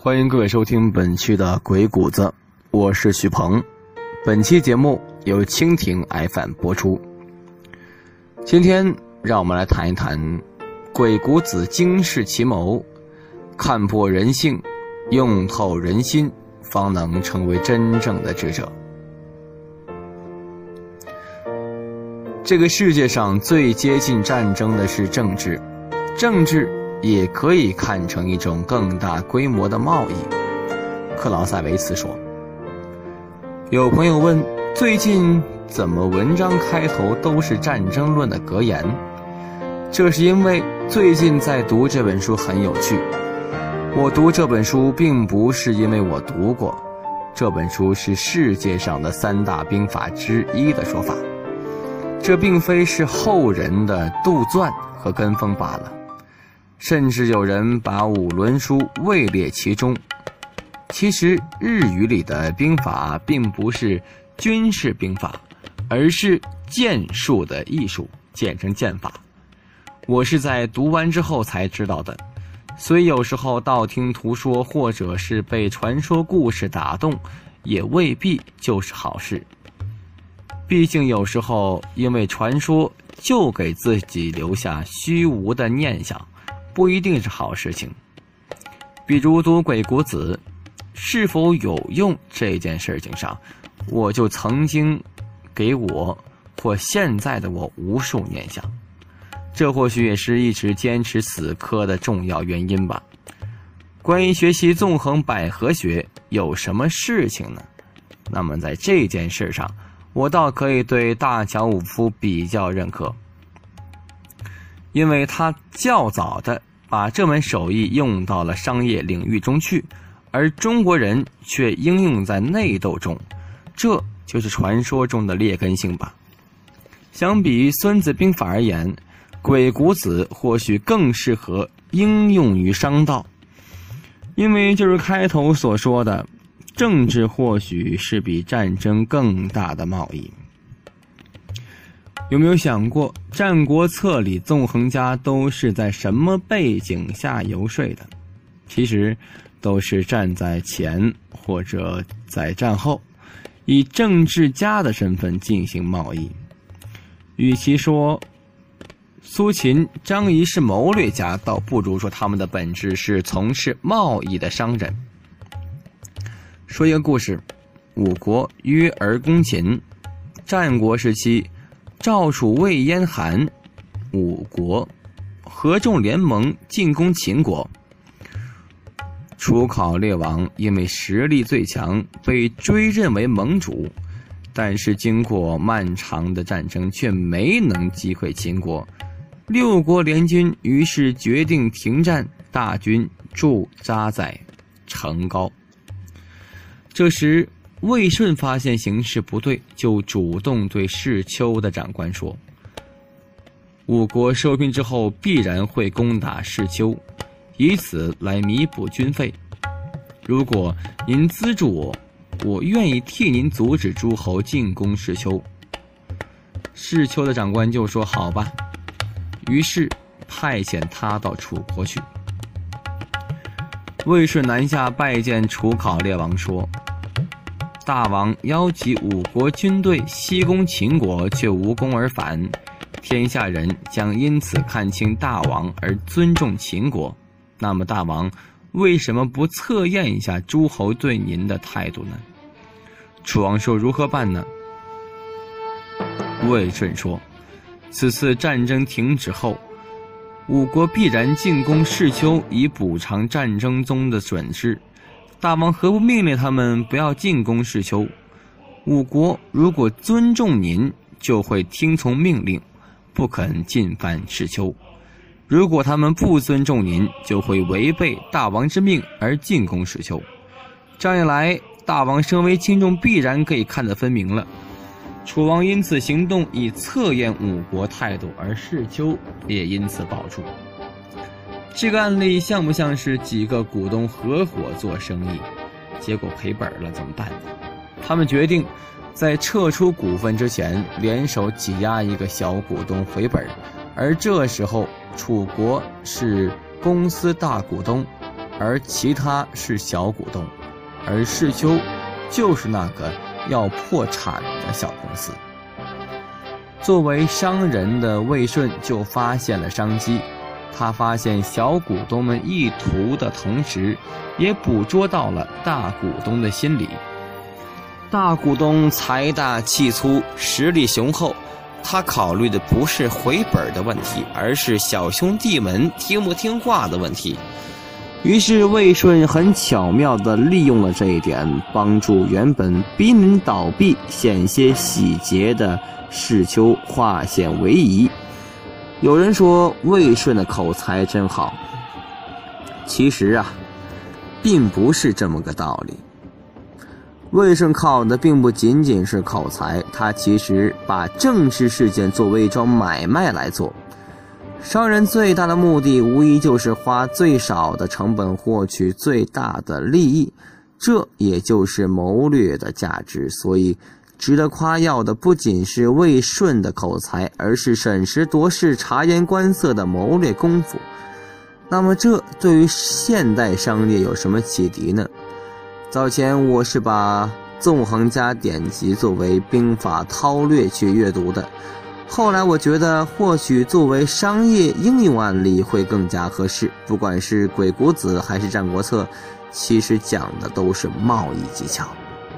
欢迎各位收听本期的鬼谷子，我是许鹏。本期节目由蜻蜓 FM 播出。今天让我们来谈一谈鬼谷子经世奇谋，看破人性，用透人心，方能成为真正的智者。这个世界上最接近战争的是政治，政治也可以看成一种更大规模的贸易。克劳塞维茨说。有朋友问，最近怎么文章开头都是战争论的格言？这是因为最近在读这本书很有趣。我读这本书并不是因为我读过，这本书是世界上的3大兵法之一的说法，这并非是后人的杜撰和跟风罢了。甚至有人把5轮书位列其中。其实日语里的兵法并不是军事兵法，而是剑术的艺术，简称剑法。我是在读完之后才知道的，所以有时候道听途说或者是被传说故事打动，也未必就是好事。毕竟有时候因为传说就给自己留下虚无的念想，不一定是好事情。比如读鬼谷子是否有用这件事情上，我就曾经给我或现在的我无数念想，这或许也是一直坚持死磕的重要原因吧。关于学习纵横捭阖学有什么事情呢？那么在这件事上，我倒可以对大乔武夫比较认可，因为他较早的把这门手艺用到了商业领域中去，而中国人却应用在内斗中，这就是传说中的劣根性吧。相比于孙子兵法而言，鬼谷子或许更适合应用于商道，因为就是开头所说的，政治或许是比战争更大的贸易。有没有想过，《战国策》里纵横家都是在什么背景下游说的？其实都是站在前或者在战后，以政治家的身份进行贸易。与其说苏秦、张仪是谋略家，倒不如说他们的本质是从事贸易的商人。说一个故事，吴国约而攻秦。战国时期，赵楚魏燕韩5国合众联盟进攻秦国。楚考烈王因为实力最强，被追认为盟主，但是经过漫长的战争却没能击溃秦国。6国联军于是决定停战，大军驻扎在成皋。这时魏顺发现形势不对，就主动对世丘的长官说，5国收兵之后必然会攻打世丘，以此来弥补军费。如果您资助我，我愿意替您阻止诸侯进攻世丘。世丘的长官就说好吧，于是派遣他到楚国去。魏顺南下拜见楚考烈王说，大王邀集5国军队西攻秦国，却无功而返，天下人将因此看清大王而尊重秦国。那么大王为什么不测验一下诸侯对您的态度呢？楚王说，如何办呢？魏顺说，此次战争停止后，5国必然进攻世丘，以补偿战争中的损失。大王何不命令他们不要进攻世丘？5国如果尊重您，就会听从命令，不肯进犯世丘；如果他们不尊重您，就会违背大王之命而进攻世丘。这样一来，大王身为轻重必然可以看得分明了。楚王因此行动，以测验5国态度，而世丘也因此保住。这个案例像不像是几个股东合伙做生意，结果赔本了，怎么办呢？他们决定在撤出股份之前联手挤压一个小股东回本，而这时候楚国是公司大股东， 而其他是小股东，而世丘就是那个要破产的小公司。作为商人的魏顺就发现了商机，他发现小股东们意图的同时，也捕捉到了大股东的心理。大股东财大气粗，实力雄厚，他考虑的不是回本的问题，而是小兄弟们听不听话的问题。于是魏顺很巧妙地利用了这一点，帮助原本濒临倒闭险些洗劫的世丘化险为夷。有人说魏顺的口才真好，其实啊，并不是这么个道理。魏顺靠的并不仅仅是口才，他其实把政治事件作为一桩买卖来做。商人最大的目的无疑就是花最少的成本获取最大的利益，这也就是谋略的价值。所以值得夸耀的不仅是魏顺的口才，而是审时度势、察言观色的谋略功夫。那么这对于现代商业有什么启迪呢？早前我是把纵横家典籍作为兵法韬略去阅读的，后来我觉得或许作为商业应用案例会更加合适。不管是鬼谷子还是战国策，其实讲的都是贸易技巧，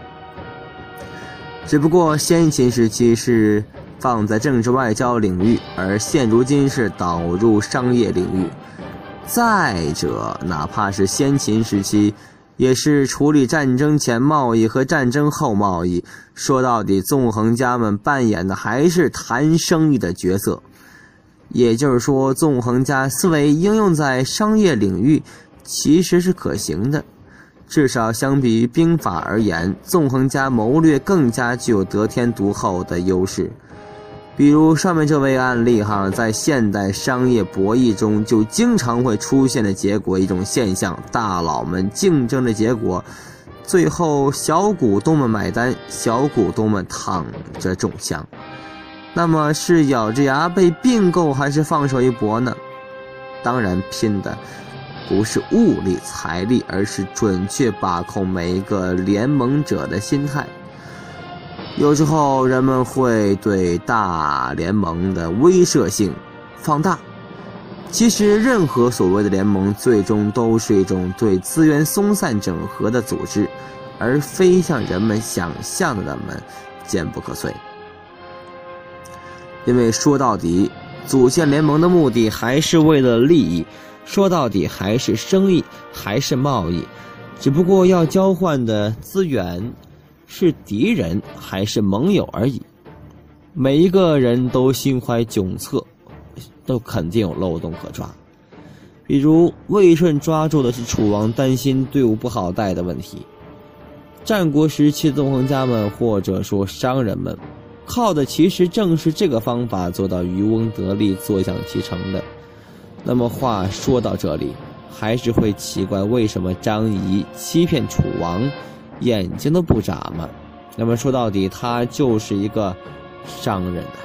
只不过先秦时期是放在政治外交领域，而现如今是导入商业领域。再者，哪怕是先秦时期，也是处理战争前贸易和战争后贸易，说到底纵横家们扮演的还是谈生意的角色。也就是说，纵横家思维应用在商业领域其实是可行的，至少相比于兵法而言，纵横家谋略更加具有得天独厚的优势。比如上面这位案例在现代商业博弈中就经常会出现的结果，一种现象，大佬们竞争的结果，最后小股东们买单，小股东们躺着中枪。那么是咬着牙被并购还是放手一搏呢？当然拼的不是物力财力，而是准确把控每一个联盟者的心态。有时候人们会对大联盟的威慑性放大，其实任何所谓的联盟最终都是一种对资源松散整合的组织，而非像人们想象的那么坚不可摧。因为说到底，组建联盟的目的还是为了利益，说到底还是生意，还是贸易，只不过要交换的资源是敌人还是盟友而已。每一个人都心怀囧策，都肯定有漏洞可抓。比如魏顺抓住的是楚王担心队伍不好带的问题，战国时期的纵横家们或者说商人们靠的其实正是这个方法做到渔翁得利、坐享其成的。那么话说到这里，还是会奇怪为什么张仪欺骗楚王眼睛都不眨嘛？那么说到底，他就是一个商人啊。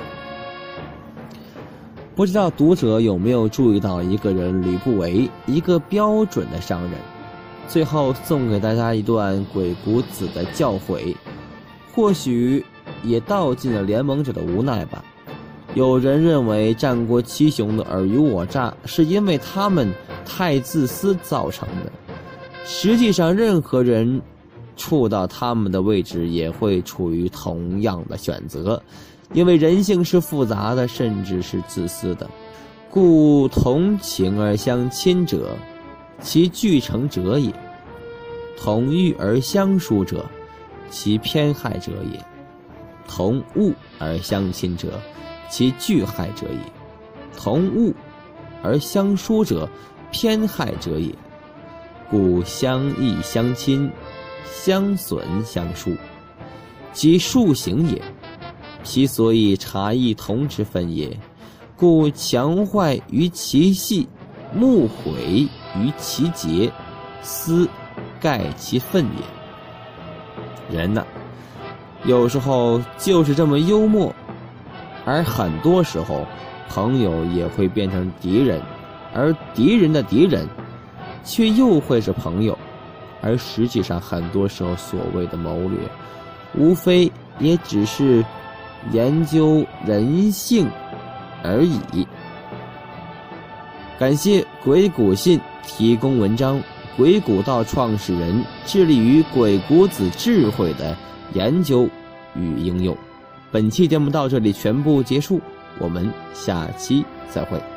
不知道读者有没有注意到一个人吕不韦，一个标准的商人。最后送给大家一段鬼谷子的教诲，或许也道尽了联盟者的无奈吧。有人认为战国七雄的尔虞我诈是因为他们太自私造成的，实际上任何人处到他们的位置也会处于同样的选择，因为人性是复杂的，甚至是自私的。故同情而相亲者，其俱成者也；同欲而相疏者，其偏害者也；同恶而相亲者，其俱害者也；同恶而相疏者，偏害者也。故相益相亲，相损相疏，即数行也。其所以察异同之分也。故强坏于其细，目毁于其节，斯盖其分也。人呢，有时候就是这么幽默，而很多时候朋友也会变成敌人，而敌人的敌人却又会是朋友，而实际上很多时候所谓的谋略，无非也只是研究人性而已。感谢鬼谷信提供文章，鬼谷道创始人致力于鬼谷子智慧的研究与应用。本期节目到这里全部结束，我们下期再会。